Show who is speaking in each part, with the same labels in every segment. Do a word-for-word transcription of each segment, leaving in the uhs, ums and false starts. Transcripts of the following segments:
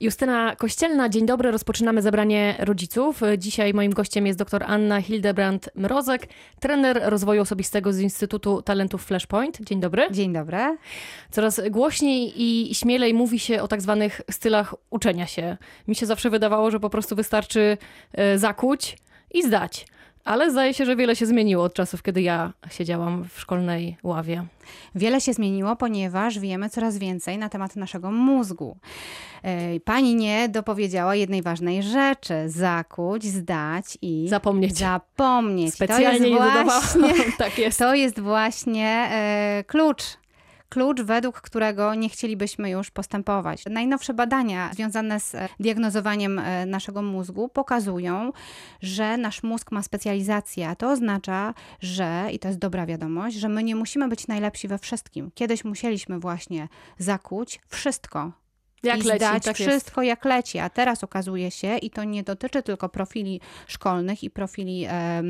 Speaker 1: Justyna Kościelna, dzień dobry. Rozpoczynamy zebranie rodziców. Dzisiaj moim gościem jest dr Anna Hildebrand-Mrozek, trener rozwoju osobistego z Instytutu Talentów Flashpoint. Dzień dobry.
Speaker 2: Dzień dobry.
Speaker 1: Coraz głośniej i śmielej mówi się o tak zwanych stylach uczenia się. Mi się zawsze wydawało, że po prostu wystarczy zakuć i zdać. Ale zdaje się, że wiele się zmieniło od czasów, kiedy ja siedziałam w szkolnej ławie.
Speaker 2: Wiele się zmieniło, ponieważ wiemy coraz więcej na temat naszego mózgu. Pani nie dopowiedziała jednej ważnej rzeczy. Zakuć, zdać i
Speaker 1: zapomnieć.
Speaker 2: Zapomnieć.
Speaker 1: Specjalnie
Speaker 2: to jest
Speaker 1: nie
Speaker 2: właśnie,
Speaker 1: tak jest.
Speaker 2: To jest właśnie e, klucz. Klucz, według którego nie chcielibyśmy już postępować. Najnowsze badania związane z diagnozowaniem naszego mózgu pokazują, że nasz mózg ma specjalizację, a to oznacza, że, i to jest dobra wiadomość, że my nie musimy być najlepsi we wszystkim. Kiedyś musieliśmy właśnie zakuć wszystko.
Speaker 1: Jak
Speaker 2: I
Speaker 1: leci,
Speaker 2: zdać
Speaker 1: tak
Speaker 2: wszystko
Speaker 1: jest.
Speaker 2: jak leci, a teraz okazuje się, i to nie dotyczy tylko profili szkolnych i profili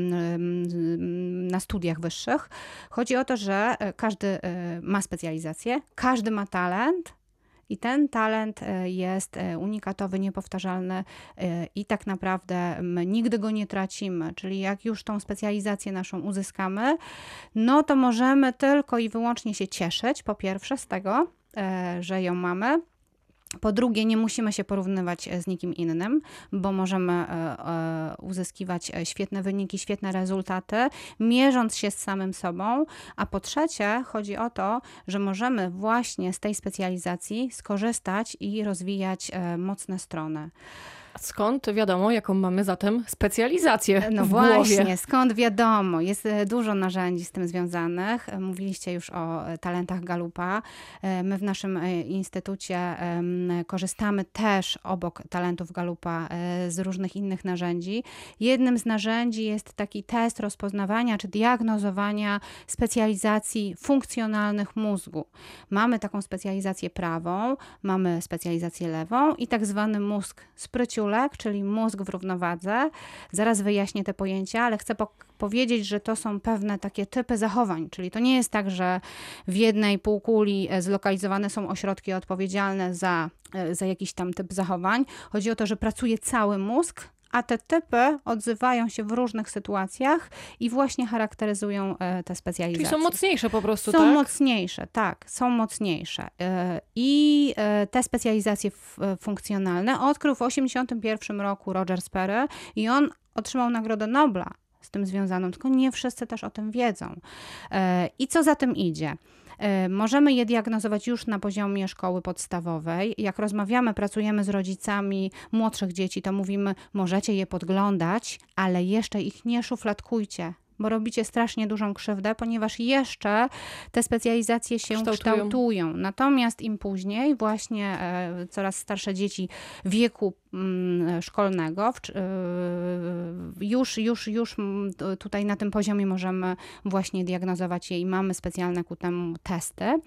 Speaker 2: um, na studiach wyższych, chodzi o to, że każdy ma specjalizację, każdy ma talent i ten talent jest unikatowy, niepowtarzalny i tak naprawdę my nigdy go nie tracimy, czyli jak już tą specjalizację naszą uzyskamy, no to możemy tylko i wyłącznie się cieszyć, po pierwsze z tego, że ją mamy. Po drugie, nie musimy się porównywać z nikim innym, bo możemy e, e, uzyskiwać świetne wyniki, świetne rezultaty, mierząc się z samym sobą. A po trzecie, chodzi o to, że możemy właśnie z tej specjalizacji skorzystać i rozwijać e, mocne strony.
Speaker 1: Skąd wiadomo, jaką mamy zatem specjalizację
Speaker 2: No
Speaker 1: w
Speaker 2: właśnie,
Speaker 1: głowie?
Speaker 2: skąd wiadomo? Jest dużo narzędzi z tym związanych. Mówiliście już o talentach Gallupa. My w naszym instytucie korzystamy też obok talentów Gallupa z różnych innych narzędzi. Jednym z narzędzi jest taki test rozpoznawania czy diagnozowania specjalizacji funkcjonalnych mózgu. Mamy taką specjalizację prawą, mamy specjalizację lewą i tak zwany mózg spryciulek, czyli mózg w równowadze. Zaraz wyjaśnię te pojęcia, ale chcę po- powiedzieć, że to są pewne takie typy zachowań, czyli to nie jest tak, że w jednej półkuli zlokalizowane są ośrodki odpowiedzialne za, za jakiś tam typ zachowań. Chodzi o to, że pracuje cały mózg, a te typy odzywają się w różnych sytuacjach i właśnie charakteryzują te specjalizacje.
Speaker 1: Czyli są mocniejsze po prostu,
Speaker 2: są
Speaker 1: tak?
Speaker 2: Są mocniejsze, tak, są mocniejsze. I te specjalizacje funkcjonalne odkrył w tysiąc dziewięćset osiemdziesiątym pierwszym roku Roger Sperry i on otrzymał Nagrodę Nobla z tym związaną, tylko nie wszyscy też o tym wiedzą. I co za tym idzie? Możemy je diagnozować już na poziomie szkoły podstawowej. Jak rozmawiamy, pracujemy z rodzicami młodszych dzieci, to mówimy, możecie je podglądać, ale jeszcze ich nie szufladkujcie, bo robicie strasznie dużą krzywdę, ponieważ jeszcze te specjalizacje się kształtują. kształtują. Natomiast im później, właśnie e, coraz starsze dzieci wieku mm, szkolnego, w, e, już, już, już tutaj na tym poziomie możemy właśnie diagnozować je i mamy specjalne ku temu testy. E,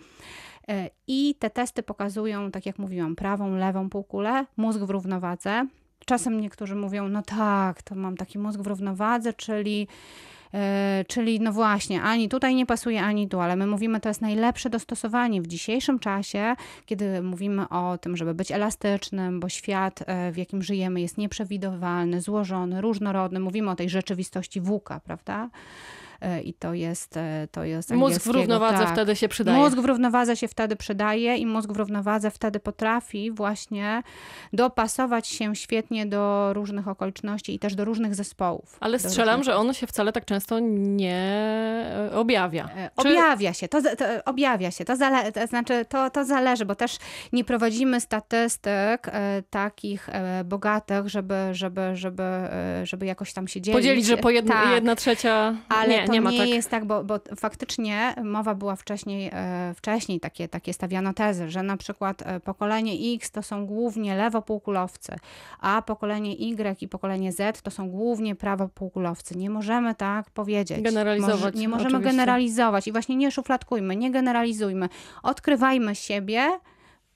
Speaker 2: I te testy pokazują, tak jak mówiłam, prawą, lewą półkulę, mózg w równowadze. Czasem niektórzy mówią, no tak, to mam taki mózg w równowadze, czyli Czyli no właśnie, ani tutaj nie pasuje, ani tu, ale my mówimy, to jest najlepsze dostosowanie w dzisiejszym czasie, kiedy mówimy o tym, żeby być elastycznym, bo świat, w jakim żyjemy, jest nieprzewidywalny, złożony, różnorodny. Mówimy o tej rzeczywistości wuka, prawda? I to jest, to jest
Speaker 1: Mózg w równowadze
Speaker 2: tak.
Speaker 1: wtedy się przydaje.
Speaker 2: Mózg w równowadze się wtedy przydaje i mózg w równowadze wtedy potrafi właśnie dopasować się świetnie do różnych okoliczności i też do różnych zespołów.
Speaker 1: Ale strzelam,
Speaker 2: różnych...
Speaker 1: że on się wcale tak często nie objawia.
Speaker 2: Czy... Objawia się, to, to objawia się, to, zale... to znaczy to, to zależy, bo też nie prowadzimy statystyk e, takich e, bogatych, żeby, żeby, żeby, e, żeby jakoś tam się dzielić.
Speaker 1: Podzielić, że po jedna,
Speaker 2: tak.
Speaker 1: jedna trzecia...
Speaker 2: Ale
Speaker 1: nie,
Speaker 2: to
Speaker 1: nie,
Speaker 2: nie,
Speaker 1: ma
Speaker 2: nie
Speaker 1: tak.
Speaker 2: jest tak, bo, bo faktycznie mowa była wcześniej, e, wcześniej takie, takie stawiano tezy, że na przykład pokolenie X to są głównie lewopółkulowcy, a pokolenie Y i pokolenie Z to są głównie prawopółkulowcy. Nie możemy tak powiedzieć.
Speaker 1: Generalizować.
Speaker 2: Może, nie możemy
Speaker 1: oczywiście.
Speaker 2: generalizować i właśnie nie szufladkujmy, nie generalizujmy. Odkrywajmy siebie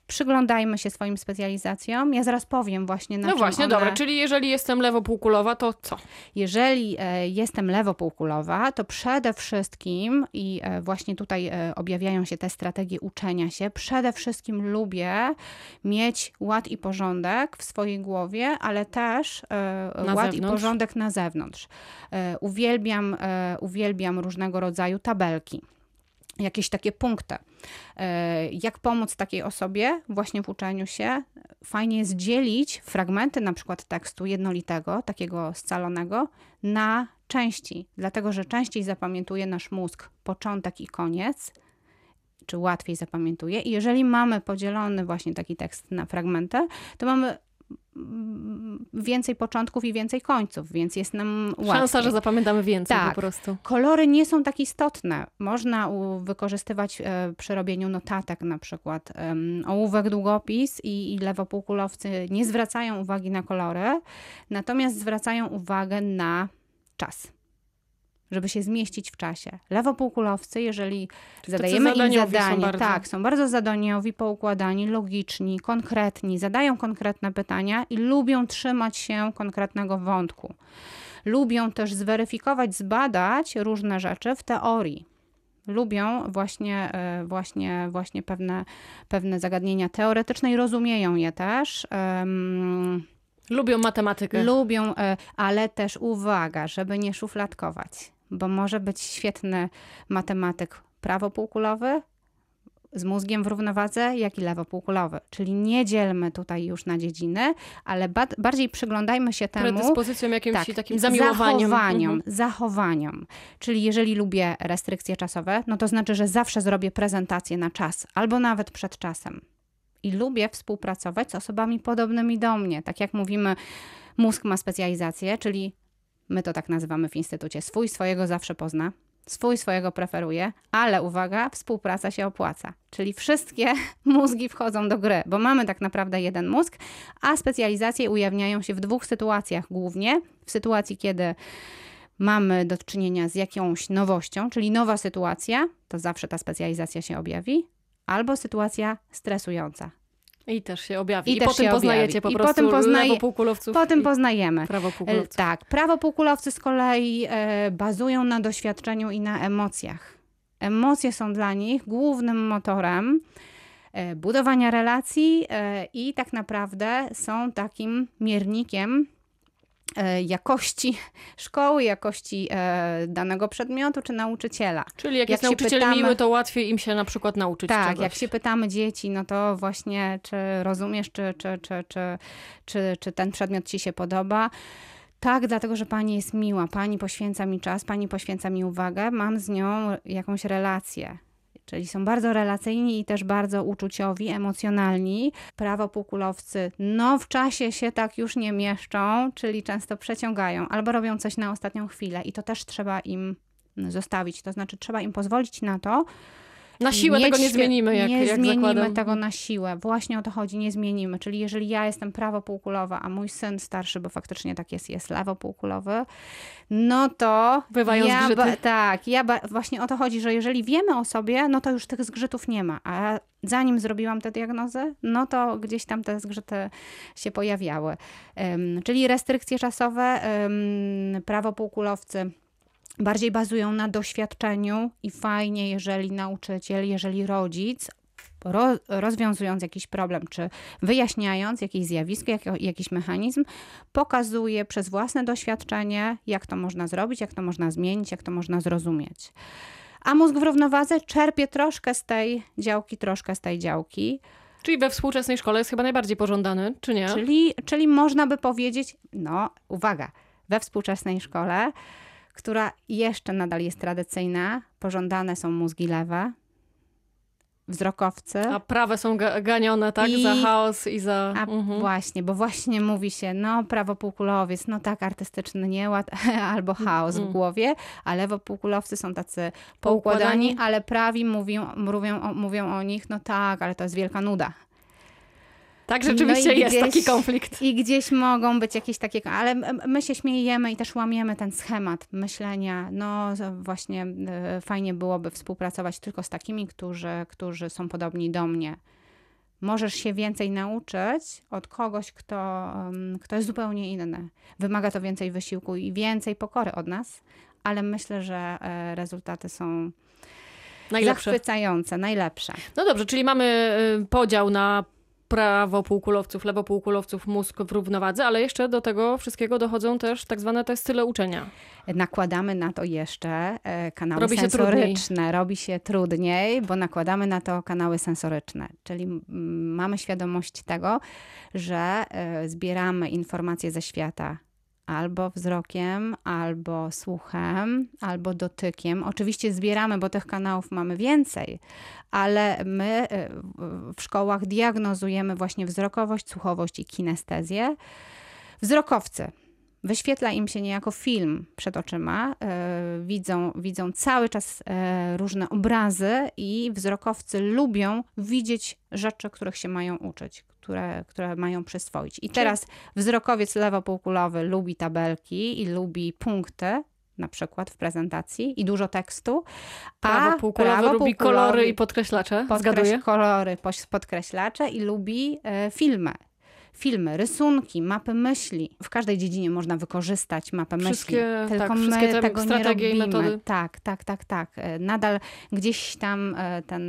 Speaker 2: przyglądajmy się swoim specjalizacjom. Ja zaraz powiem właśnie na
Speaker 1: No
Speaker 2: czym
Speaker 1: właśnie,
Speaker 2: one...
Speaker 1: dobra, czyli jeżeli jestem lewopółkulowa, to co?
Speaker 2: Jeżeli e, jestem lewopółkulowa, to przede wszystkim, i e, właśnie tutaj e, objawiają się te strategie uczenia się, przede wszystkim lubię mieć ład i porządek w swojej głowie, ale też e, ład
Speaker 1: zewnątrz?
Speaker 2: i porządek na zewnątrz. E, uwielbiam, e, uwielbiam różnego rodzaju tabelki. Jakieś takie punkty. Jak pomóc takiej osobie właśnie w uczeniu się? Fajnie jest dzielić fragmenty na przykład tekstu jednolitego, takiego scalonego, na części, dlatego że częściej zapamiętuje nasz mózg początek i koniec, czy łatwiej zapamiętuje. I jeżeli mamy podzielony właśnie taki tekst na fragmenty, to mamy więcej początków i więcej końców, więc jest nam łatwiej.
Speaker 1: Szansa, że zapamiętamy więcej
Speaker 2: tak.
Speaker 1: po prostu.
Speaker 2: Kolory nie są tak istotne. Można u, wykorzystywać e, przy robieniu notatek na przykład e, ołówek, długopis i, i lewopółkulowcy nie zwracają uwagi na kolory, natomiast zwracają uwagę na czas, żeby się zmieścić w czasie. Lewopółkulowcy, jeżeli
Speaker 1: Czy
Speaker 2: zadajemy im zadanie,
Speaker 1: są bardzo...
Speaker 2: tak, są bardzo zadaniowi, poukładani, logiczni, konkretni, zadają konkretne pytania i lubią trzymać się konkretnego wątku. Lubią też zweryfikować, zbadać różne rzeczy w teorii. Lubią właśnie, właśnie, właśnie pewne, pewne zagadnienia teoretyczne i rozumieją je też. Um,
Speaker 1: Lubią matematykę.
Speaker 2: Lubią, ale też uwaga, żeby nie szufladkować, bo może być świetny matematyk prawopółkulowy z mózgiem w równowadze, jak i lewopółkulowy. Czyli nie dzielmy tutaj już na dziedziny, ale ba- bardziej przyglądajmy się temu...
Speaker 1: Predyspozycją jakimś
Speaker 2: tak,
Speaker 1: takim zamiłowaniem.
Speaker 2: Zachowaniom,
Speaker 1: mhm.
Speaker 2: zachowaniom. Czyli jeżeli lubię restrykcje czasowe, no to znaczy, że zawsze zrobię prezentację na czas, albo nawet przed czasem. I lubię współpracować z osobami podobnymi do mnie. Tak jak mówimy, mózg ma specjalizację, czyli my to tak nazywamy w instytucie, swój swojego zawsze pozna, swój swojego preferuje, ale uwaga, współpraca się opłaca. Czyli wszystkie mózgi wchodzą do gry, bo mamy tak naprawdę jeden mózg, a specjalizacje ujawniają się w dwóch sytuacjach głównie. W sytuacji, kiedy mamy do czynienia z jakąś nowością, czyli nowa sytuacja, to zawsze ta specjalizacja się objawi, albo sytuacja stresująca.
Speaker 1: I też się objawi. I,
Speaker 2: I
Speaker 1: po tym poznajecie po
Speaker 2: I
Speaker 1: prostu
Speaker 2: potem poznaje,
Speaker 1: lewopółkulowców.
Speaker 2: Potem poznajemy.
Speaker 1: Prawopółkulowców.
Speaker 2: Tak, prawopółkulowcy z kolei e, bazują na doświadczeniu i na emocjach. Emocje są dla nich głównym motorem e, budowania relacji e, i tak naprawdę są takim miernikiem jakości szkoły, jakości e, danego przedmiotu czy nauczyciela.
Speaker 1: Czyli jak,
Speaker 2: jak
Speaker 1: jest nauczyciel
Speaker 2: pytamy,
Speaker 1: miły, to łatwiej im się na przykład nauczyć
Speaker 2: tak,
Speaker 1: czegoś.
Speaker 2: jak się pytamy dzieci, no to właśnie czy rozumiesz, czy, czy, czy, czy, czy, czy ten przedmiot ci się podoba. Tak, dlatego, że pani jest miła, pani poświęca mi czas, pani poświęca mi uwagę, mam z nią jakąś relację. Czyli są bardzo relacyjni i też bardzo uczuciowi, emocjonalni. Prawopółkulowcy, no w czasie się tak już nie mieszczą, czyli często przeciągają albo robią coś na ostatnią chwilę i to też trzeba im zostawić. To znaczy trzeba im pozwolić na to.
Speaker 1: Na siłę tego nie zmienimy, jak,
Speaker 2: nie
Speaker 1: jak
Speaker 2: zmienimy
Speaker 1: zakładam.
Speaker 2: tego na siłę. Właśnie o to chodzi, nie zmienimy. Czyli jeżeli ja jestem prawopółkulowa, a mój syn starszy, bo faktycznie tak jest, jest lewopółkulowy, no to
Speaker 1: Bywają
Speaker 2: ja
Speaker 1: zgrzyty.
Speaker 2: Ba, tak, ja ba, właśnie o to chodzi, że jeżeli wiemy o sobie, no to już tych zgrzytów nie ma. A zanim zrobiłam tę diagnozę, no to gdzieś tam te zgrzyty się pojawiały. Um, czyli restrykcje czasowe, um, prawopółkulowcy bardziej bazują na doświadczeniu i fajnie, jeżeli nauczyciel, jeżeli rodzic, ro, rozwiązując jakiś problem, czy wyjaśniając jakieś zjawisko, jak, jakiś mechanizm, pokazuje przez własne doświadczenie, jak to można zrobić, jak to można zmienić, jak to można zrozumieć. A mózg w równowadze czerpie troszkę z tej działki, troszkę z tej działki.
Speaker 1: Czyli we współczesnej szkole jest chyba najbardziej pożądany, czy nie?
Speaker 2: Czyli, czyli można by powiedzieć, no uwaga, we współczesnej szkole, która jeszcze nadal jest tradycyjna, pożądane są mózgi lewe, wzrokowcy.
Speaker 1: A prawe są ga- ganione, tak?
Speaker 2: I,
Speaker 1: za chaos i za...
Speaker 2: A
Speaker 1: mhm.
Speaker 2: właśnie, bo właśnie mówi się, no prawopółkulowiec, no tak, artystyczny nieład albo chaos
Speaker 1: mm.
Speaker 2: w głowie, a lewopółkulowcy są tacy
Speaker 1: Poukładani,
Speaker 2: poukładani, ale prawi mówią, mówią, o, mówią o nich, no tak, ale to jest wielka nuda.
Speaker 1: Tak, rzeczywiście
Speaker 2: no
Speaker 1: jest
Speaker 2: gdzieś,
Speaker 1: taki konflikt.
Speaker 2: I gdzieś mogą być jakieś takie, ale my się śmiejemy i też łamiemy ten schemat myślenia. No właśnie fajnie byłoby współpracować tylko z takimi, którzy, którzy są podobni do mnie. Możesz się więcej nauczyć od kogoś, kto, kto jest zupełnie inny. Wymaga to więcej wysiłku i więcej pokory od nas, ale myślę, że rezultaty są najlepsze. Zachwycające, najlepsze.
Speaker 1: No dobrze, czyli mamy podział na prawopółkulowców, lewopółkulowców, mózg w równowadze, ale jeszcze do tego wszystkiego dochodzą też tak zwane te style uczenia.
Speaker 2: Nakładamy na to jeszcze kanały
Speaker 1: robi
Speaker 2: sensoryczne.
Speaker 1: Się
Speaker 2: robi się trudniej, bo nakładamy na to kanały sensoryczne. Czyli mamy świadomość tego, że zbieramy informacje ze świata albo wzrokiem, albo słuchem, albo dotykiem. Oczywiście zbieramy, bo tych kanałów mamy więcej, ale my w szkołach diagnozujemy właśnie wzrokowość, słuchowość i kinestezję. Wzrokowcy. Wyświetla im się niejako film przed oczyma, yy, widzą, widzą cały czas yy, różne obrazy i wzrokowcy lubią widzieć rzeczy, których się mają uczyć, które, które mają przyswoić. I teraz wzrokowiec lewopółkulowy lubi tabelki i lubi punkty, na przykład w prezentacji i dużo tekstu, a
Speaker 1: prawopółkulowy
Speaker 2: prawo
Speaker 1: lubi kolory i podkreślacze,
Speaker 2: podkreś-
Speaker 1: zgaduję?
Speaker 2: kolory, podkreślacze i lubi yy, filmy. Filmy, rysunki, mapy myśli. W każdej dziedzinie można wykorzystać mapę
Speaker 1: wszystkie,
Speaker 2: myśli. Tylko
Speaker 1: tak,
Speaker 2: my
Speaker 1: wszystkie te
Speaker 2: tego nie
Speaker 1: strategie
Speaker 2: robimy.
Speaker 1: I metody.
Speaker 2: Tak, tak, tak, tak. Nadal gdzieś tam ten,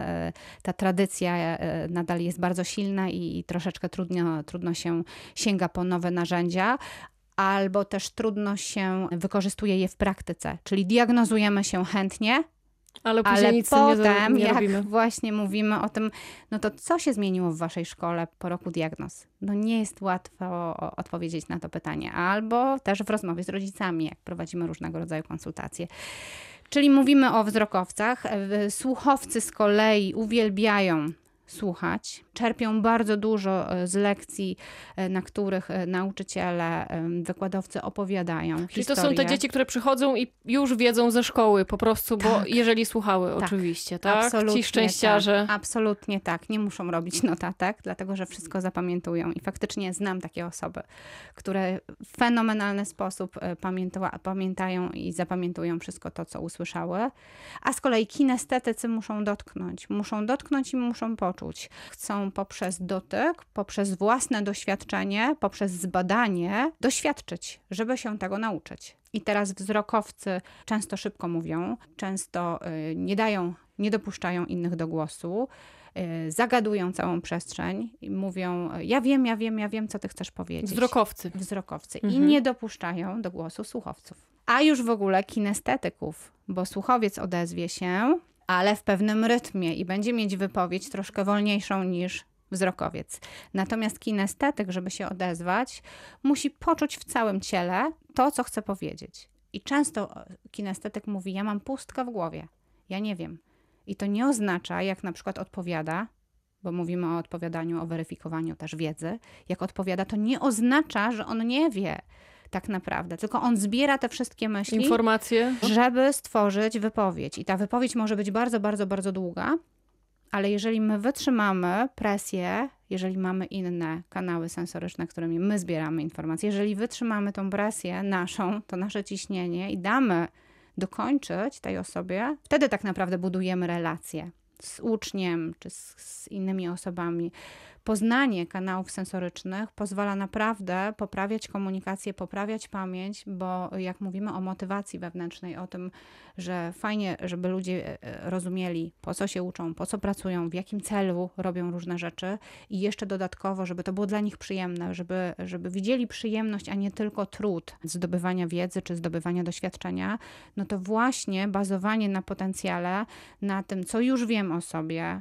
Speaker 2: ta tradycja nadal jest bardzo silna i troszeczkę trudno, trudno się sięga po nowe narzędzia. Albo też trudno się wykorzystuje je w praktyce. Czyli diagnozujemy się chętnie,
Speaker 1: ale później
Speaker 2: ale
Speaker 1: nic
Speaker 2: potem,
Speaker 1: nie, nie
Speaker 2: jak
Speaker 1: robimy.
Speaker 2: właśnie mówimy o tym, no to co się zmieniło w waszej szkole po roku diagnoz? No nie jest łatwo odpowiedzieć na to pytanie. Albo też w rozmowie z rodzicami, jak prowadzimy różnego rodzaju konsultacje. Czyli mówimy o wzrokowcach. Słuchowcy z kolei uwielbiają słuchać. Czerpią bardzo dużo z lekcji, na których nauczyciele, wykładowcy opowiadają
Speaker 1: Czyli
Speaker 2: historię.
Speaker 1: to są te dzieci, które przychodzą i już wiedzą ze szkoły po prostu, bo
Speaker 2: Tak.
Speaker 1: jeżeli słuchały
Speaker 2: Tak.
Speaker 1: oczywiście, tak?
Speaker 2: Absolutnie
Speaker 1: Ci szczęściarze.
Speaker 2: Tak. Absolutnie tak. Nie muszą robić notatek, dlatego że wszystko zapamiętują. I faktycznie znam takie osoby, które w fenomenalny sposób pamięta- pamiętają i zapamiętują wszystko to, co usłyszały. A z kolei kinestetycy muszą dotknąć. Muszą dotknąć i muszą poczuć. Chcą poprzez dotyk, poprzez własne doświadczenie, poprzez zbadanie doświadczyć, żeby się tego nauczyć. I teraz wzrokowcy często szybko mówią, często nie dają, nie dopuszczają innych do głosu, zagadują całą przestrzeń i mówią, ja wiem, ja wiem, ja wiem, co ty chcesz powiedzieć.
Speaker 1: Wzrokowcy.
Speaker 2: Wzrokowcy.
Speaker 1: Mhm.
Speaker 2: I nie dopuszczają do głosu słuchowców. A już w ogóle kinestetyków, bo słuchowiec odezwie się, ale w pewnym rytmie i będzie mieć wypowiedź troszkę wolniejszą niż wzrokowiec. Natomiast kinestetyk, żeby się odezwać, musi poczuć w całym ciele to, co chce powiedzieć. I często kinestetyk mówi, ja mam pustkę w głowie, ja nie wiem. I to nie oznacza, jak na przykład odpowiada, bo mówimy o odpowiadaniu, o weryfikowaniu też wiedzy, jak odpowiada, to nie oznacza, że on nie wie tak naprawdę, tylko on zbiera te wszystkie myśli,
Speaker 1: informacje,
Speaker 2: żeby stworzyć wypowiedź. I ta wypowiedź może być bardzo, bardzo, bardzo długa, ale jeżeli my wytrzymamy presję, jeżeli mamy inne kanały sensoryczne, którymi my zbieramy informacje, jeżeli wytrzymamy tą presję naszą, to nasze ciśnienie i damy dokończyć tej osobie, wtedy tak naprawdę budujemy relacje z uczniem czy z, z innymi osobami. Poznanie kanałów sensorycznych pozwala naprawdę poprawiać komunikację, poprawiać pamięć, bo jak mówimy o motywacji wewnętrznej, o tym, że fajnie, żeby ludzie rozumieli, po co się uczą, po co pracują, w jakim celu robią różne rzeczy i jeszcze dodatkowo, żeby to było dla nich przyjemne, żeby, żeby widzieli przyjemność, a nie tylko trud zdobywania wiedzy czy zdobywania doświadczenia, no to właśnie bazowanie na potencjale, na tym, co już wiem o sobie,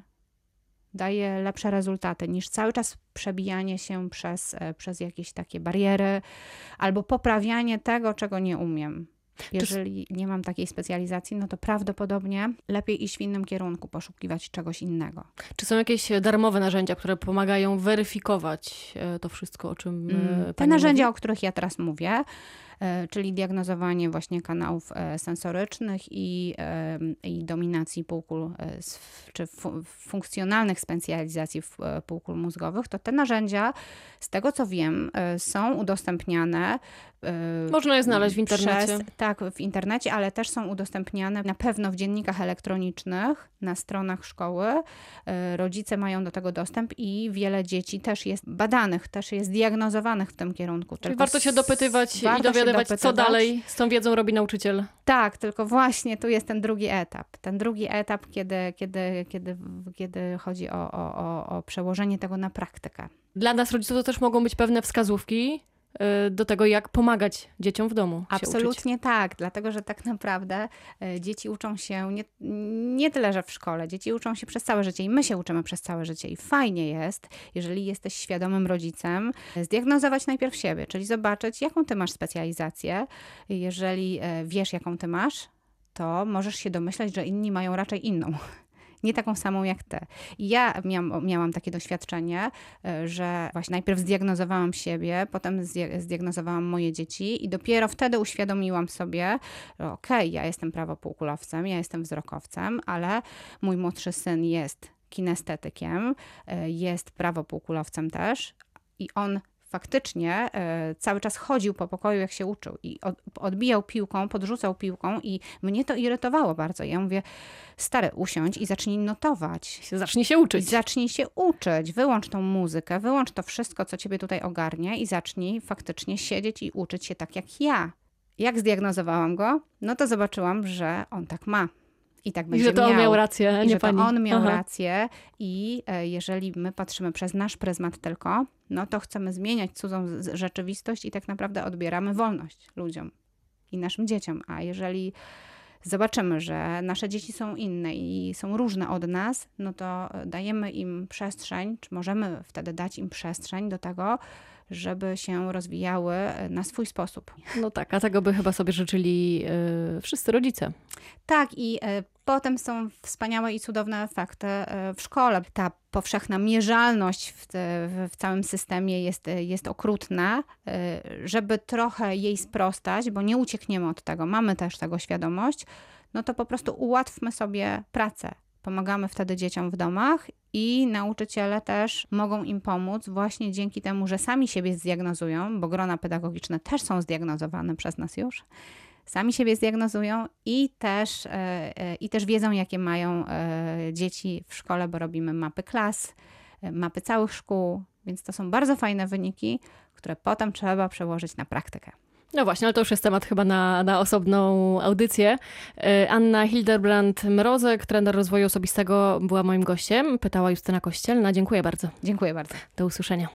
Speaker 2: daje lepsze rezultaty niż cały czas przebijanie się przez, przez jakieś takie bariery albo poprawianie tego, czego nie umiem. Jeżeli nie mam takiej specjalizacji, no to prawdopodobnie lepiej iść w innym kierunku, poszukiwać czegoś innego.
Speaker 1: Czy są jakieś darmowe narzędzia, które pomagają weryfikować to wszystko, o czym
Speaker 2: mm, Te
Speaker 1: pani
Speaker 2: narzędzia,
Speaker 1: mówi?
Speaker 2: o których ja teraz mówię, czyli diagnozowanie właśnie kanałów sensorycznych i, i dominacji półkul, czy funkcjonalnych specjalizacji w półkul mózgowych, to te narzędzia, z tego co wiem, są udostępniane.
Speaker 1: Można je znaleźć w internecie.
Speaker 2: Przez, tak, w internecie, ale też są udostępniane na pewno w dziennikach elektronicznych, na stronach szkoły. Rodzice mają do tego dostęp i wiele dzieci też jest badanych, też jest diagnozowanych w tym kierunku.
Speaker 1: Czyli warto się dopytywać
Speaker 2: warto
Speaker 1: i dowiadywać,
Speaker 2: się
Speaker 1: co dalej z tą wiedzą robi nauczyciel.
Speaker 2: Tak, tylko właśnie tu jest ten drugi etap. Ten drugi etap, kiedy, kiedy, kiedy, kiedy chodzi o, o, o, o przełożenie tego na praktykę.
Speaker 1: Dla nas rodziców to też mogą być pewne wskazówki do tego, jak pomagać dzieciom w domu.
Speaker 2: Absolutnie tak, dlatego że tak naprawdę dzieci uczą się nie, nie tyle, że w szkole, dzieci uczą się przez całe życie i my się uczymy przez całe życie i fajnie jest, jeżeli jesteś świadomym rodzicem, zdiagnozować najpierw siebie, czyli zobaczyć, jaką ty masz specjalizację. Jeżeli wiesz, jaką ty masz, to możesz się domyślać, że inni mają raczej inną. Nie taką samą jak ty. I ja miałam, miałam takie doświadczenie, że właśnie najpierw zdiagnozowałam siebie, potem zdiagnozowałam moje dzieci i dopiero wtedy uświadomiłam sobie, że okej, okay, ja jestem prawopółkulowcem, ja jestem wzrokowcem, ale mój młodszy syn jest kinestetykiem, jest prawopółkulowcem też i on faktycznie y, cały czas chodził po pokoju, jak się uczył i od, odbijał piłką, podrzucał piłką i mnie to irytowało bardzo. Ja mówię, stary, usiądź i zacznij notować.
Speaker 1: Zacznij się uczyć.
Speaker 2: I zacznij się uczyć. Wyłącz tą muzykę, wyłącz to wszystko, co ciebie tutaj ogarnia i zacznij faktycznie siedzieć i uczyć się tak jak ja. Jak zdiagnozowałam go, no to zobaczyłam, że on tak ma. I tak będzie
Speaker 1: I że to
Speaker 2: miał.
Speaker 1: on miał rację,
Speaker 2: I
Speaker 1: nie
Speaker 2: że
Speaker 1: pani.
Speaker 2: to on miał
Speaker 1: Aha.
Speaker 2: rację i e, jeżeli my patrzymy przez nasz pryzmat tylko, no to chcemy zmieniać cudzą rzeczywistość i tak naprawdę odbieramy wolność ludziom i naszym dzieciom. A jeżeli zobaczymy, że nasze dzieci są inne i są różne od nas, no to dajemy im przestrzeń, czy możemy wtedy dać im przestrzeń do tego, żeby się rozwijały na swój sposób.
Speaker 1: No tak, a tego by chyba sobie życzyli yy, wszyscy rodzice.
Speaker 2: Tak i y, potem są wspaniałe i cudowne efekty y, w szkole. Ta powszechna mierzalność w, w, w całym systemie jest, jest okrutna. Y, żeby trochę jej sprostać, bo nie uciekniemy od tego, mamy też tego świadomość, no to po prostu ułatwmy sobie pracę. Pomagamy wtedy dzieciom w domach i nauczyciele też mogą im pomóc właśnie dzięki temu, że sami siebie zdiagnozują, bo grona pedagogiczne też są zdiagnozowane przez nas już. Sami siebie zdiagnozują i też, yy, i też wiedzą, jakie mają yy, dzieci w szkole, bo robimy mapy klas, yy, mapy całych szkół, więc to są bardzo fajne wyniki, które potem trzeba przełożyć na praktykę.
Speaker 1: No właśnie, ale to już jest temat chyba na, na osobną audycję. Anna Hildebrand-Mrozek, trener rozwoju osobistego, była moim gościem. Pytała Justyna Kościelna. Dziękuję bardzo.
Speaker 2: Dziękuję bardzo.
Speaker 1: Do usłyszenia.